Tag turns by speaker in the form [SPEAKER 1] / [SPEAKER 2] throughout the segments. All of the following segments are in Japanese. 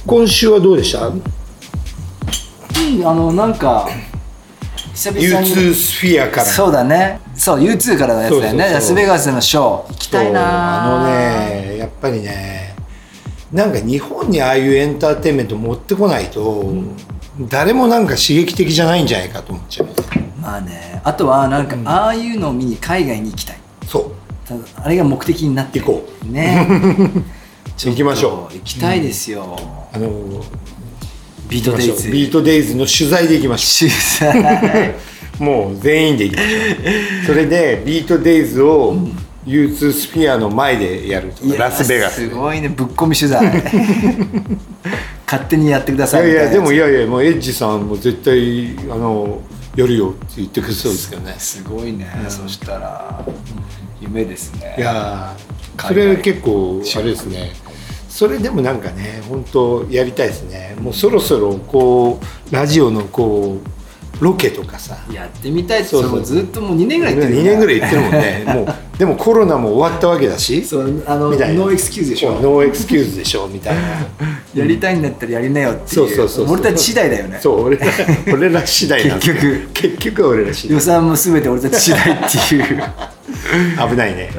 [SPEAKER 1] 今週はどうでした？
[SPEAKER 2] なんか久々に
[SPEAKER 1] U2 スフィアから。
[SPEAKER 2] そうだね、そう U2 からのやつだよね。ラスベガスのショー行きたいな。
[SPEAKER 1] やっぱりね、なんか日本にああいうエンターテインメント持ってこないと、誰もなんか刺激的じゃないんじゃないかと思っちゃう。
[SPEAKER 2] まあね、あとはなんかああいうのを見に海外に行きたい。
[SPEAKER 1] そう
[SPEAKER 2] あれが目的になって
[SPEAKER 1] 行こ
[SPEAKER 2] うね。
[SPEAKER 1] 行きましょう。
[SPEAKER 2] 行きたいですよ。ビートデイズ。
[SPEAKER 1] ビートデイズの取材で行きましょう。
[SPEAKER 2] 取材
[SPEAKER 1] もう全員で行きましょう。それでビートデイズを U2 スフィアの前でやるとか、ラスベガス
[SPEAKER 2] すごいね、ぶっ込み取材。勝手にやってくださいみたいな。
[SPEAKER 1] でももうエッジさんも絶対やるよって言ってくれそうですけどね。
[SPEAKER 2] すごいね、そしたら夢ですね。
[SPEAKER 1] いやそれ結構あれですね。それでもなんかね、本当やりたいですね。もうそろそろこうラジオのこうロケとかさ
[SPEAKER 2] やってみたいって。そうずっともう2年ぐらい言ってる、
[SPEAKER 1] 2年ぐらい言ってるもんね。もうでもコロナも終わったわけだし、
[SPEAKER 2] そう
[SPEAKER 1] みたいな
[SPEAKER 2] ノーエクスキューズでしょ。
[SPEAKER 1] ノーエクスキューズでしょみたいな。
[SPEAKER 2] やりたいんだったらやりなよっていう。俺たち次第だよね。
[SPEAKER 1] そう俺ら次第なんです。結局は俺ら次第。
[SPEAKER 2] 予算も全て俺たち次第っていう。
[SPEAKER 1] 危ないね。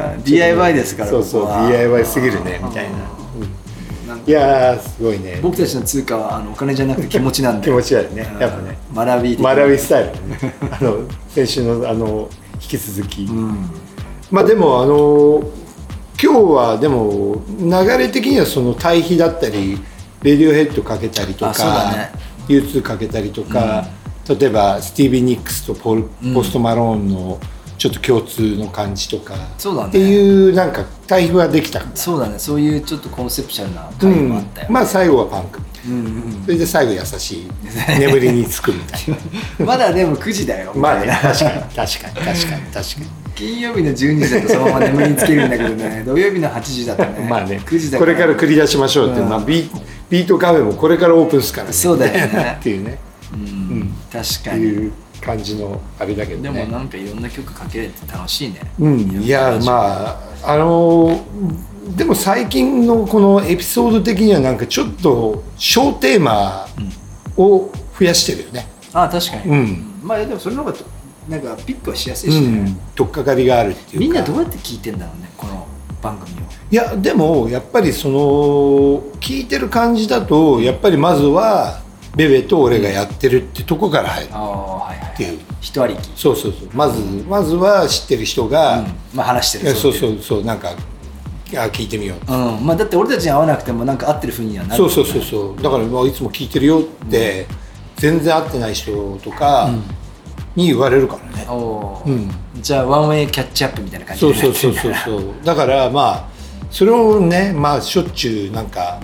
[SPEAKER 2] DIY ですから。
[SPEAKER 1] そうそう DIY すぎるねみたいな。いやすごいね。
[SPEAKER 2] 僕たちの通貨はお金じゃなくて気持ちなんで。
[SPEAKER 1] 気持ちだよね。やっぱね。
[SPEAKER 2] マラウィ
[SPEAKER 1] スタイルね。先週の引き続き。まあでも今日はでも流れ的にはその対比だったり、レディオヘッドかけたりとか、U2 かけたりとか、例えばスティービー・ニックスとポスト・マローンのちょっと共通の感じとか、っていうなんか対比はできた。
[SPEAKER 2] そうだね、そういうちょっとコンセプチュアルな回もあったよ。
[SPEAKER 1] まあ最後はパンクみたいな。それで最後優しい眠りにつくみたいな。
[SPEAKER 2] まだでも9時だよ。
[SPEAKER 1] まあね、確かに
[SPEAKER 2] 金曜日の12時だとそのまま眠りにつけるんだけどね、土曜日の8時だとね、
[SPEAKER 1] まあね、
[SPEAKER 2] 9時だ
[SPEAKER 1] これから繰り出しましょうって、ビートカフェもこれからオープンすからね。
[SPEAKER 2] そうだよね。
[SPEAKER 1] っていうね。
[SPEAKER 2] 確かに。
[SPEAKER 1] いう感じのあれだけどね。
[SPEAKER 2] でもなんかいろんな曲かけれて楽しいね。
[SPEAKER 1] いやまあでも最近のこのエピソード的にはなんかちょっと小テーマを増やしてるよね。
[SPEAKER 2] 確かに。まあでもそれの方がなんかピックはしやすいしね。
[SPEAKER 1] 取っかかりがあるっていうか。
[SPEAKER 2] みんなどうやって聞いてんだろうね、この番組を。
[SPEAKER 1] いやでもやっぱりその聞いてる感じだとやっぱりまずはベベと俺がやってるってとこから入るっていう。
[SPEAKER 2] 人ありき。
[SPEAKER 1] そうまずは知ってる人が
[SPEAKER 2] 話してる。
[SPEAKER 1] そうなんか聞いてみよう。
[SPEAKER 2] まあだって俺たちに会わなくてもなんか合ってる風にはなる。
[SPEAKER 1] そうだからいつも聞いてるよって全然会ってない人とかに言われるからね。
[SPEAKER 2] じゃあワンウェイキャッチアップみたいな感じで。
[SPEAKER 1] そうだからまあそれをねまあしょっちゅうなんか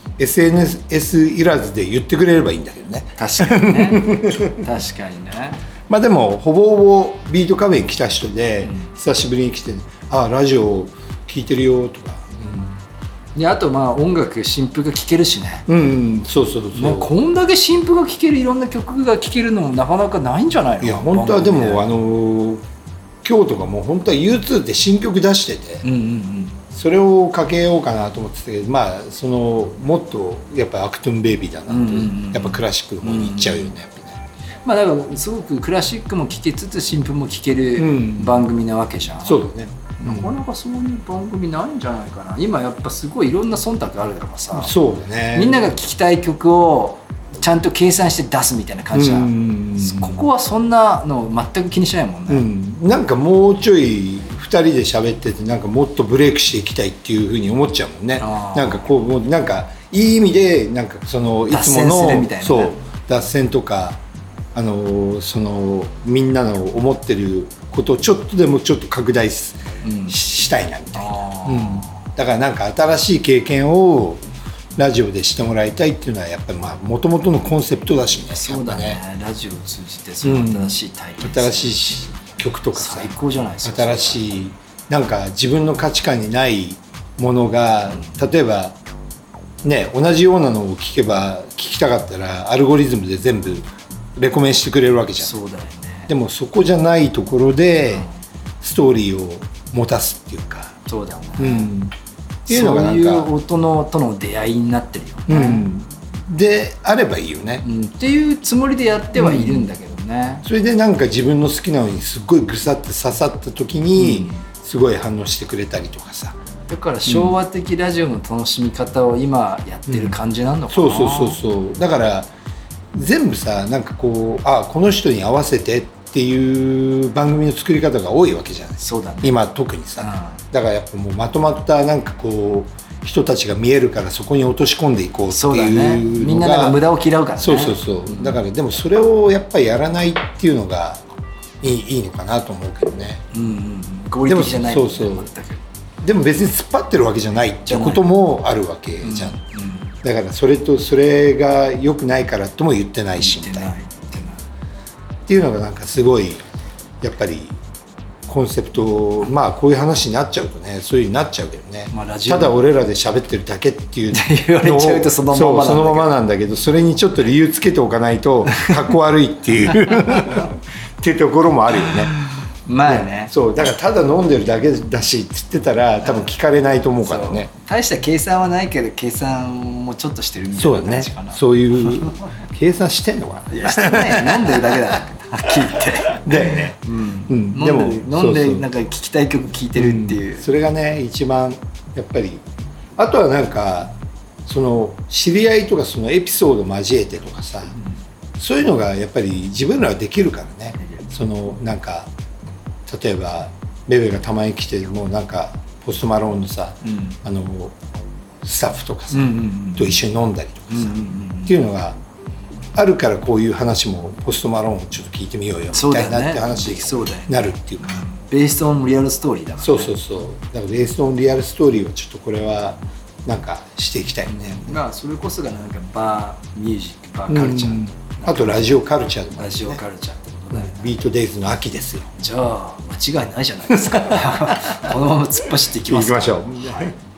[SPEAKER 1] SNS いらずで言ってくれればいいんだけどね。
[SPEAKER 2] 確かにね。
[SPEAKER 1] まあでもほぼほぼビートカフェに来た人で久しぶりに来てラジオ聞いてるよとか。
[SPEAKER 2] であとまあ音楽新譜が聴けるしね。
[SPEAKER 1] そう
[SPEAKER 2] もうこんだけ新譜が聴ける、いろんな曲が聴けるのもなかなかないんじゃないの。
[SPEAKER 1] いや本当はでも今日とかも本当は U2 って新曲出してて、それをかけようかなと思ってたけど、まあそのもっとやっぱアクトゥンベイビーだなと、やっぱクラシックの方に行っちゃうよね、やっぱね。
[SPEAKER 2] まあだからすごくクラシックも聴けつつ新譜も聴ける番組なわけじゃん。
[SPEAKER 1] そうだね。
[SPEAKER 2] なかなかそういう番組ないんじゃないかな。今やっぱすごいいろんな忖度あるからさ。
[SPEAKER 1] そうだね。
[SPEAKER 2] みんなが聴きたい曲をちゃんと計算して出すみたいな感じじゃん。ここはそんなの全く気にしないもんね。
[SPEAKER 1] なんかもうちょい2人で喋っててなんかもっとブレイクしていきたいっていうふうに思っちゃうもんね。なんかこうもうなんかいい意味でなんかそのいつもの脱線とかそのみんなの思ってることをちょっとでもちょっと拡大したいなみたいな。だからなんか新しい経験をラジオでしてもらいたいっていうのはやっぱりもともとのコンセプトだしね。
[SPEAKER 2] そうだね。ラジオを通じてその新しい体験、
[SPEAKER 1] 新しい曲とかさ、
[SPEAKER 2] 最高じゃないですか。
[SPEAKER 1] 新しいなんか自分の価値観にないものが、例えばね同じようなのを聞けば聞きたかったらアルゴリズムで全部レコメンしてくれるわけじゃん。
[SPEAKER 2] そうだよね。
[SPEAKER 1] でもそこじゃないところでストーリーを持たすっていうか。
[SPEAKER 2] そうだよね。
[SPEAKER 1] っていうのがなんか
[SPEAKER 2] そういう音のとの出会いになってるよね、
[SPEAKER 1] であればいいよね、
[SPEAKER 2] っていうつもりでやってはいるんだけどね、
[SPEAKER 1] それでなんか自分の好きなのにすっごいぐさって刺さった時にすごい反応してくれたりとかさ、
[SPEAKER 2] だから昭和的ラジオの楽しみ方を今やってる感じなのかな、
[SPEAKER 1] そうだから全部さなんかこうこの人に合わせてっていう番組の作り方が多いわけじゃない。
[SPEAKER 2] そうだね、
[SPEAKER 1] 今特にさ、だからやっぱもうまとまったなんかこう人たちが見えるからそこに落とし込んでいこうっていうのが、
[SPEAKER 2] ね、みんななんか無駄を嫌うからね。
[SPEAKER 1] そう、だからでもそれをやっぱりやらないっていうのがいいのかなと思うけどね、
[SPEAKER 2] 合理的じゃないもんね、
[SPEAKER 1] でも別に突っ張ってるわけじゃないっていうこともあるわけじゃん、だからそれが良くないからとも言ってないしみたいなっていうのがなんかすごいやっぱりコンセプト、まあこういう話になっちゃうとねそういうになっちゃうけどね、ただ俺らで喋ってるだけっていう
[SPEAKER 2] 言われちゃうとそのま
[SPEAKER 1] まなんだけど、それにちょっと理由つけておかないとかっこ悪いっていうっていうところもあるよね。
[SPEAKER 2] まあね、
[SPEAKER 1] そうだからただ飲んでるだけだしって言ってたら多分聞かれないと思うからね。
[SPEAKER 2] 大した計算はないけど計算もちょっとしてるみたいな感じかな。
[SPEAKER 1] そういう計算してんのかな。
[SPEAKER 2] いやしてない、飲んでるだけだな聞いて
[SPEAKER 1] だよね、
[SPEAKER 2] でも飲んでなんか聞きたい曲聴いてるっていう、
[SPEAKER 1] それがね一番やっぱり、あとはなんかその知り合いとかそのエピソード交えてとかさ、そういうのがやっぱり自分らはできるからね。そのなんか例えばベベがたまに来てもうなんかポストマローンのさ、スタッフとかさ、と一緒に飲んだりとかさ、っていうのがあるからこういう話もポストマローンをちょっと聞いてみようよみたいなって話になるっていうか、
[SPEAKER 2] ベースオンリアルストーリーだからね。
[SPEAKER 1] そうだからベースオンリアルストーリーをちょっとこれはなんかしていきたいね。
[SPEAKER 2] まあそれこそがなんかバーミュージック、バーカルチャー、
[SPEAKER 1] あとラジオカルチャーとか、
[SPEAKER 2] ラジオカルチャーってことだよね。
[SPEAKER 1] ビートデイズの秋ですよ。
[SPEAKER 2] じゃあ間違いないじゃないですかこのまま突っ走っていきますか。
[SPEAKER 1] 行きましょう。